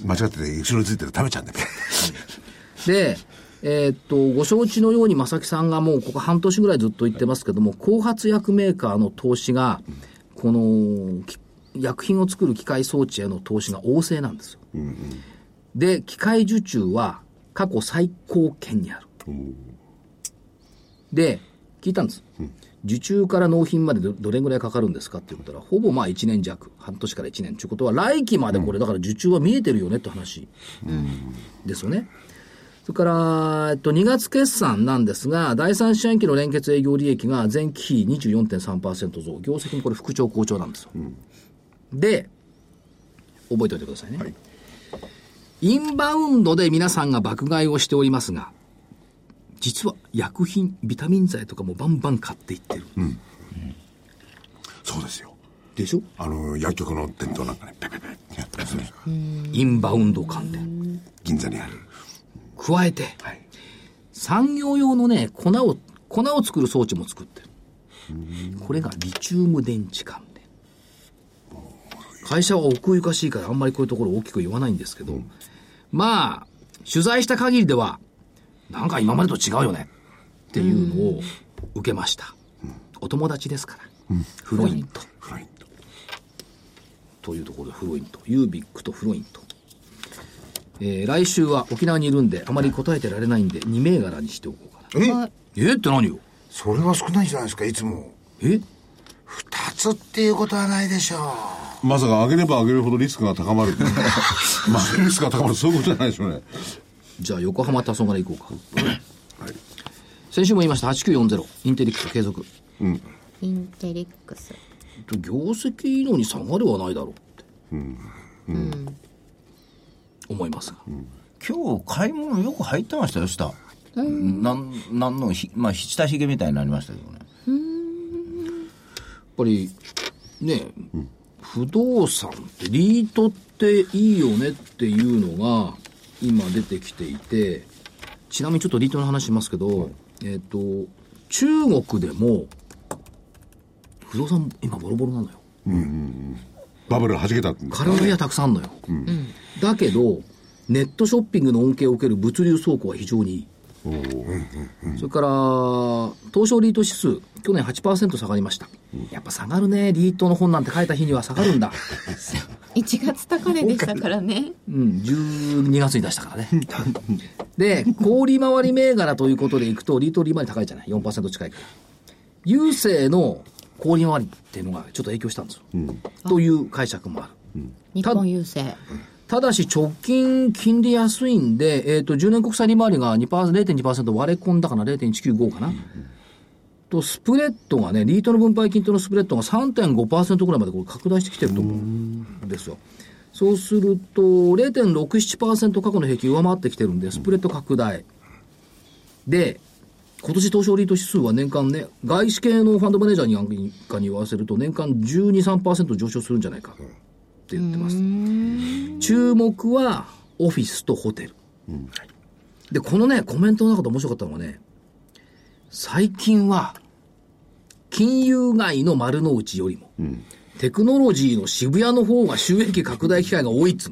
間違ってて後ろについてる食べちゃうんだけどで、えー、っとご承知のように正木さんがもうここ半年ぐらいずっと言ってますけども、後発薬メーカーの投資がこの薬品を作る機械装置への投資が旺盛なんですよ、うんうん、で機械受注は過去最高権にある、うん、で聞いたんです、うん、受注から納品まで ど, どれぐらいかかるんですかって言ったら、ほぼまあいちねん弱、半年からいちねんということは来期までこれだから受注は見えてるよねって話ですよね、うん、それから、えっと、にがつ決算なんですが、だいさん四半期の連結営業利益が前期比 にじゅうよんてんさんパーセント 増、業績もこれ復調好調なんですよ、うん、で覚えておいてくださいね、はい、インバウンドで皆さんが爆買いをしておりますが、実は薬品ビタミン剤とかもバンバン買っていってる、うんうん、 そうですよ。 でしょ。 あの薬局の店頭なんかねペペペってやってますね。 インバウンド関連銀座にある。 加えて、はい、産業用のね粉を粉を作る装置も作ってる。これがリチウム電池関連。会社は奥ゆかしいからあんまりこういうところ大きく言わないんですけど、うん、まあ取材した限りではなんか今までと違うよねっていうのを受けました、うん、お友達ですから、うん、フロイントフロイントというところでフロイント、ユービックとフロイント、えー、来週は沖縄にいるんであまり答えてられないんでに銘柄にしておこうかな。ええって何よ。 それは少ないじゃないですかいつも。 え二つっていうことはないでしょう。まさか上げれば上げるほどリスクが高まるまあリスクが高まるそういうことじゃないでしょうね。 じゃあ横浜黄昏行こうか、はい、先週も言いましたはちきゅうよんゼロインテリックス継続、うん、 インテリックス業績いいのに下がるはないだろうって、うんうん、思いますが、うん、 今日買い物よく入ってましたよ下、うん、なんなんのひ、まあ、下ひげみたいになりましたけどね。うーんやっぱりね、うん、不動産ってリートっていいよねっていうのが今出てきていて、ちなみにちょっとリートの話しますけど、はい、えっと中国でも不動産今ボロボロなのよ、うんうんうん、 バブル弾けたんですね。空売りはたくさんあるのよ、うん、だけどネットショッピングの恩恵を受ける物流倉庫は非常にいい。お、うんうんうん、それから東証リート指数去年 はちパーセント 下がりました、うん、やっぱ下がるね。リートの本なんて書いた日には下がるんだいちがつ高値でしたからねうん、じゅうにがつに出したからねで小売回り銘柄ということでいくとリート利回り高いじゃない よんパーセント 近いから郵政の小売回りっていうのがちょっと影響したんですよ、うん、という解釈もある、うん、 日本郵政ただし直近金利安いんで、えー、とじゅうねん国債利回りが にパーセント ゼロてんにパーセント 割れ込んだかな ゼロてんいちきゅうご かな、うんうん、とスプレッドがねリートの分配金とのスプレッドが さんてんごパーセント ぐらいまでこれ拡大してきてると思うんですよ。そうすると ゼロてんろくななパーセント 過去の平均上回ってきてるんでスプレッド拡大で今年東証リート指数は年間ね外資系のファンドマネージャーになんかに言わせると年間 じゅうに、さんパーセント 上昇するんじゃないかって言ってます。注目はオフィスとホテル、うん、でこのねコメントの中で面白かったのがね、最近は金融街の丸の内よりも、うん、テクノロジーの渋谷の方が収益拡大機会が多いっつう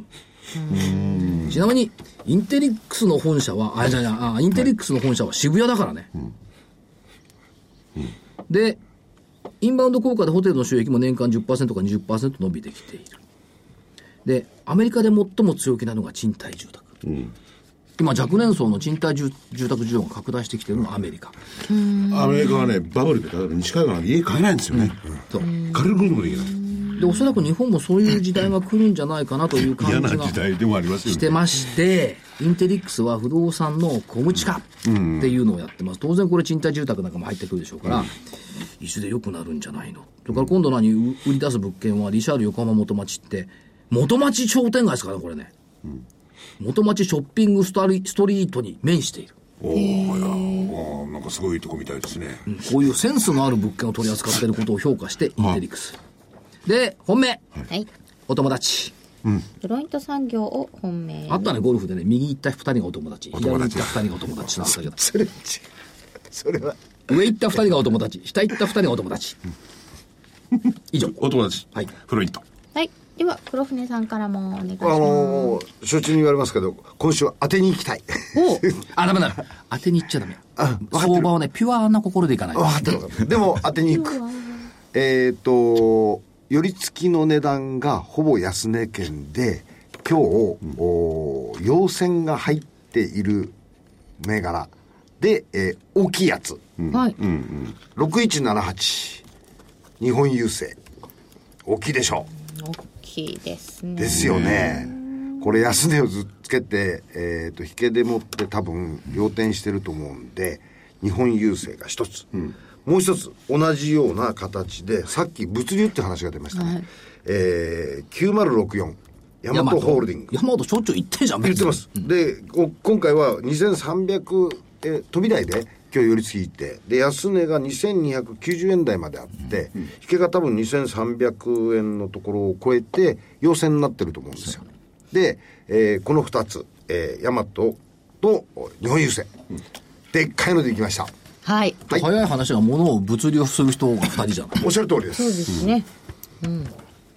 の。ちなみにインテリックスの本社はあじゃあインテリックスの本社は渋谷だからね、うん、 うん、でインバウンド効果でホテルの収益も年間 じゅっパーセント か にじゅっパーセント 伸びてきている。でアメリカで最も強気なのが賃貸住宅、うん、今若年層の賃貸 住, 住宅需要が拡大してきているのはアメリカ。 アメリカはねバブルで例えば西海岸は家買えないんですよね、うんうん、そう借りることもできない。 でおそらく日本もそういう時代が来るんじゃないかなという感じがしてまして、インテリックスは不動産の小口化っていうのをやってます。当然これ賃貸住宅なんかも入ってくるでしょうから、うん、いずれ良くなるんじゃないの。それから今度何売り出す物件はリシャール横浜元町って元町商店街ですからねこれね、うん、元町ショッピングストリートに面している。 おー、いやなんかすごいとこみたいですね、 うん、こういうセンスのある物件を取り扱っていることを評価してインテリックスで本命、はい、お友達、 うん、フロイント産業を本命あったね。ゴルフでね右行ったふたりがお友達、左行ったふたりがお友達なんだけどそれそれは上行ったふたりがお友達、下行ったふたりがお友達、うん、以上お友達、 はい、 フロイント。 はい、では黒船さんからもお願いします。 あのー、承知に言われますけど今週は当てに行きたい。 おあダメだ当てに行っちゃダメ。あ相場をねピュアな心でいかない。 分かってる分かってるでも当てに行くえっと寄り付きの値段がほぼ安値圏で今日、うん、陽線が入っている銘柄で、えー、大きいやつ、うんはい、ろくいちななはち日本郵政大きいでしょう。大きいですね。 ですよね。これ安値をずっつけて、えー、と引けでもって多分要点してると思うんで日本郵政が一つ、うんもう一つ同じような形でさっき物流って話が出ましたね、はいえー、きゅうまるろくよんヤマトホールディングヤマトしょっちゅう言ってんじゃん。 言ってます、うん、で今回はにせんさんびゃくえ飛び台で今日寄り付き行ってで安値がにせんにひゃくきゅうじゅうえん台まであって、うん、引けが多分にせんさんびゃくえんのところを超えて陽線になってると思うんですよ。で、えー、このふたつ、えー、ヤマトと日本郵政、うん、でっかいので行きました。 はい、 はい、早い話は物を物流する人がふたりじゃないおっしゃる通りです。 そうですね、うん、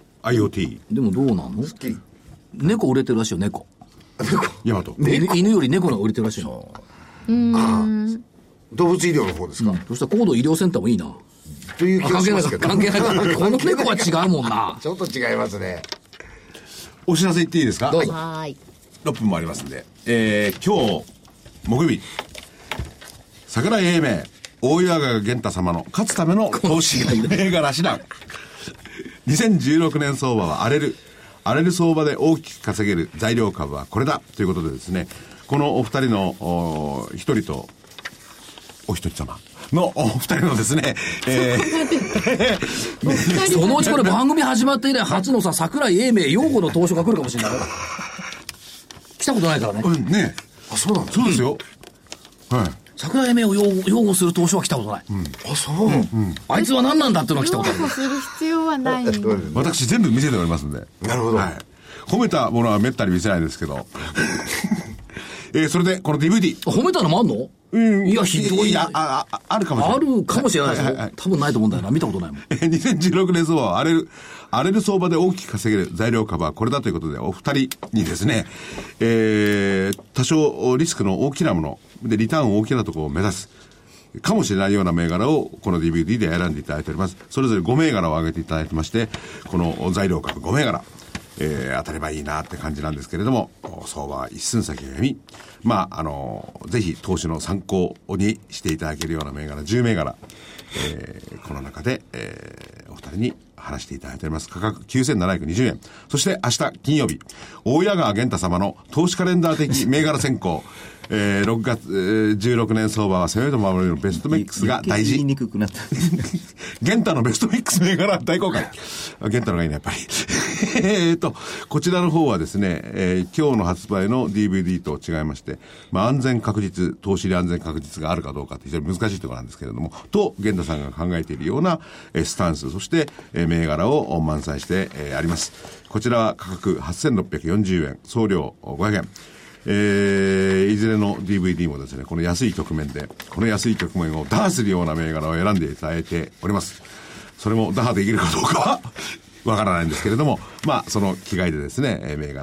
IoT でもどうなの。 スッキリ猫売れてるらしいよ。猫ヤマト犬より猫が売れてるらしいよ。 うーんあ動物医療の方ですか、うん、 そしたら高度医療センターもいいなという気がしますけど関係ない関係ないこの猫は違うもんなちょっと違いますね。 お知らせ言っていいですか。 どうぞ。 はいろっぷんもありますんで、えー、今日木曜日桜井英明大岩川源太様の勝つための投資銘柄指南にせんじゅうろくねん相場は荒れる荒れる相場で大きく稼げる材料株はこれだということでですね、このお二人のお一人とお一人様のお二人のですね、えー、そのうちこれ番組始まって以来初のさ桜井英明擁護の投書が来るかもしれない来たことないからね、 うん、ねあそうなんだそうですよ、うん、はい桜井英明を擁護、擁護する投書は来たことない、うん、 あそう、うんうん、 あいつは何なんだっていうのは来たことある。 擁護する必要はない私全部見せておりますんで。 なるほど、はい、 褒めたものはめったに見せないですけどえー、それでこの ディーブイディー褒めたのもあんの。うん、いやひどい。 ああああるかもしれない。 あるかもしれないですよ、はいはいはい、多分ないと思うんだよな。見たことないもん。 にせんじゅうろくねん相場は荒れる荒れる相場で大きく稼げる材料株はこれだということで、お二人にですね、えー、多少リスクの大きなものでリターン大きなところを目指すかもしれないような銘柄をこの ディーブイディー で選んでいただいております。それぞれご銘柄を挙げていただいてまして、この材料株ご銘柄、えー、当たればいいなって感じなんですけれども、相場は一寸先が読み、まああのぜひ投資の参考にしていただけるような銘柄じゅう銘柄、えー、この中で、えー、お二人に話していただいております。価格きゅうせんななひゃくにじゅうえん。そして明日金曜日、大谷川源太様の投資カレンダー的銘柄選考えー、ろくがつ、えー、じゅうろくねん相場は攻めと守りのベストミックスが大事。 言いにくくなったゲンタのベストミックス銘柄大公開。ゲンタのがいいねやっぱりえっとこちらの方はですね、えー、今日の発売の ディーブイディー と違いまして、まあ、安全確実投資で安全確実があるかどうかって非常に難しいところなんですけれども、とゲンタさんが考えているような、えー、スタンス、そして、えー、銘柄を満載して、えー、あります。こちらは価格はっせんろっぴゃくよんじゅうえん、送料ごひゃくえん。えー、いずれの ディーブイディー もですね、この安い局面でこの安い局面を打破するような銘柄を選んでいただいております。それも打破できるかどうかはわからないんですけれども、まあその気概でですね、銘柄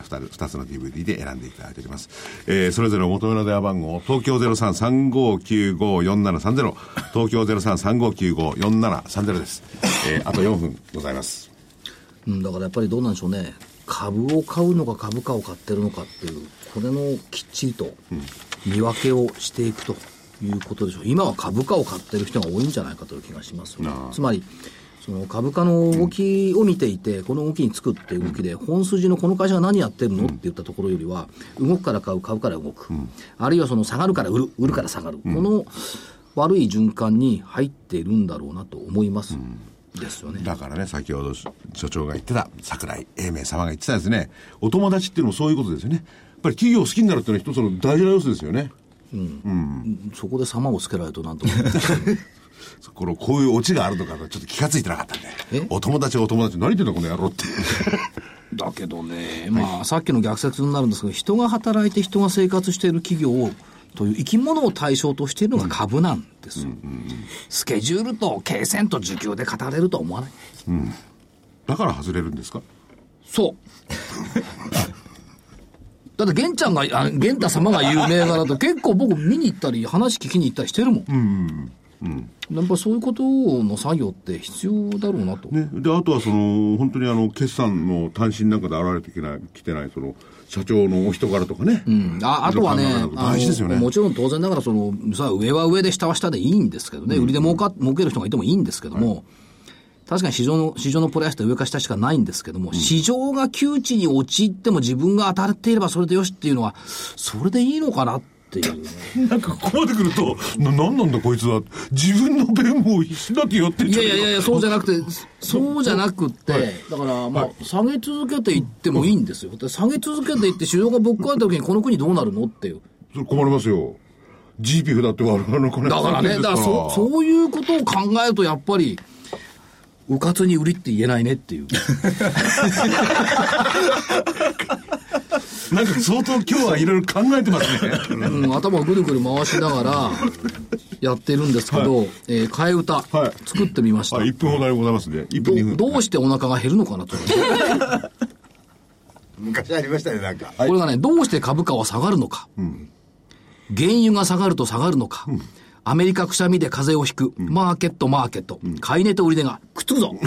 ふたつの ディーブイディー で選んでいただいております。えー、それぞれお求めの電話番号、東京 ゼロさん さんごきゅうご よんななさんゼロ、東京 ゼロさん さんごきゅうご よんななさんゼロ です。えー、あとよんぷんございます。 うん、だからやっぱりどうなんでしょうね。株を買うのか株価を買ってるのかっていう、これのきっちりと見分けをしていくということでしょう。今は株価を買ってる人が多いんじゃないかという気がしますよね。つまりその株価の動きを見ていて、この動きにつくっていう動きで、本筋のこの会社が何やってるのって言ったところよりは、動くから買う、買うから動く、あるいはその下がるから売る、売るから下がる、この悪い循環に入っているんだろうなと思います。ですよね。 だからね、先ほど所長が言ってた櫻井英明様が言ってたですね、お友達っていうのもそういうことですよね。やっぱり企業を好きになるっていうのは一つの大事な要素ですよね。 うんうん、そこで様をつけられるとなんとこのこういうオチがあるのかちょっと気がついてなかったんで、お友達お友達何言ってんだこの野郎ってだけどね、まあ、はい、さっきの逆説になるんですけど、人が働いて人が生活している企業をという生き物を対象としているのが株なんですよ、うんうんうん、スケジュールと経線と需給で語れるとは思わない、 うん、だから外れるんですか。 そうだって玄ちゃんが玄太様が有名柄と結構僕見に行ったり話聞きに行ったりしてるもん、うんうんうん、やっぱりそういうことの作業って必要だろうなと、 ね、であとはその本当にあの決算の単身なんかで現れてきないきてないその社長のお人柄とかね、 うん、あ, あとはね大事ですよね。 もちろん当然ながらそのさ上は上で下は下でいいんですけどね、うん、売りで儲か儲ける人がいてもいいんですけども、はい、確かに市場の市場のプライスって上か下しかないんですけども、うん、市場が窮地に陥っても自分が当たっていればそれでよしっていうのはそれでいいのかなっていう、 ね、なんかここまで来るとな何なんだこいつは自分の弁護を必死だってやってる。 いやいやいやそうじゃなくてそうじゃなくて、はい、だからまあ、はい、下げ続けていってもいいんですよ。下げ続けていって市場がぶっ壊れた時にこの国どうなるのっていう。 それ困りますよ。 ジーピーエフ だって我々の金だからね、だから そ, そういうことを考えるとやっぱりうかつに売りって言えないねっていうなんか相当今日はいろいろ考えてますね、 うん、頭をぐるぐる回しながらやってるんですけど、はい、えー、替え歌、はい、作ってみました、 はい、いっぷんほどでございますね。いっぷんにふんど, どうしてお腹が減るのかなと昔ありましたねなんか、 これがね、どうして株価は下がるのか、うん、原油が下がると下がるのか、うん、アメリカくしゃみで風邪をひく、うん、マーケットマーケット、うん、買い値と売り値がくっつくぞ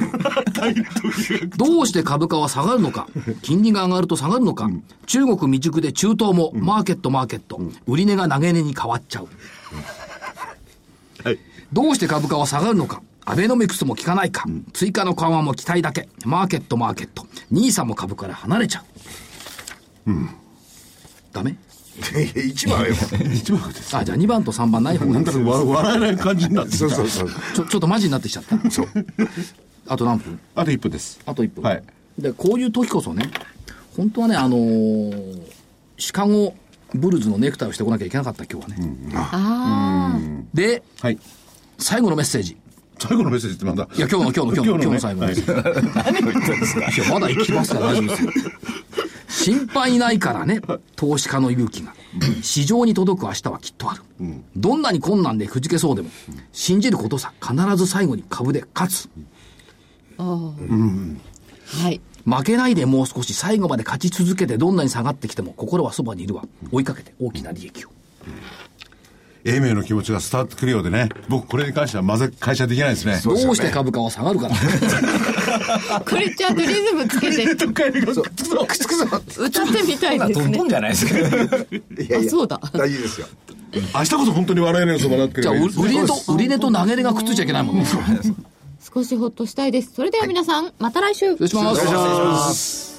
どうして株価は下がるのか、金利が上がると下がるのか、うん、中国未熟で中東も、うん、マーケットマーケット、うん、売り値が投げ値に変わっちゃう、うん、はい、どうして株価は下がるのか、アベノミクスも効かないか、うん、追加の緩和も期待だけ、マーケットマーケット、ニーサも株から離れちゃう、うん、ダメいちばんよいちばんです。 あ、じゃあにばんとさんばんない方がいいです。 なんか笑えない感じになってきた。 そうそうそうちょちょっとマジになってきちゃったそうあと何分？ あといっぷんです。 あといっぷん、 はい、 でこういう時こそね、本当はね、あのー、シカゴブルズのネクタイをしてこなきゃいけなかった今日はね、うん、あで、はい、最後のメッセージ最後のメッセージってまだいや今日の今日の今日の今日の最後のメッセージ、はい、何を言ってるんですか。いやまだ行きますから大丈夫ですよ心配ないからね、投資家の勇気が市場に届く明日はきっとある、うん、どんなに困難でくじけそうでも、うん、信じることさ、必ず最後に株で勝つ、うん、うん、はい、負けないでもう少し最後まで勝ち続けて、どんなに下がってきても心はそばにいるわ、追いかけて大きな利益を、うん、 英明の気持ちが伝わってくるようでね、僕これに関してはまず会社できないですね。 どうして株価は下がるからこれちゃんとリズムつけてくっつくぞ歌ってみたいですね。 トントンじゃないですかいやいや、あ、そうだ、 大事ですよ明日こそ本当に笑えないそばだってくればいい。 じゃあ売り値と売り値と投げ値がくっついちゃいけないもんね少しほっとしたいです。それでは皆さん、はい、また来週。 失礼します。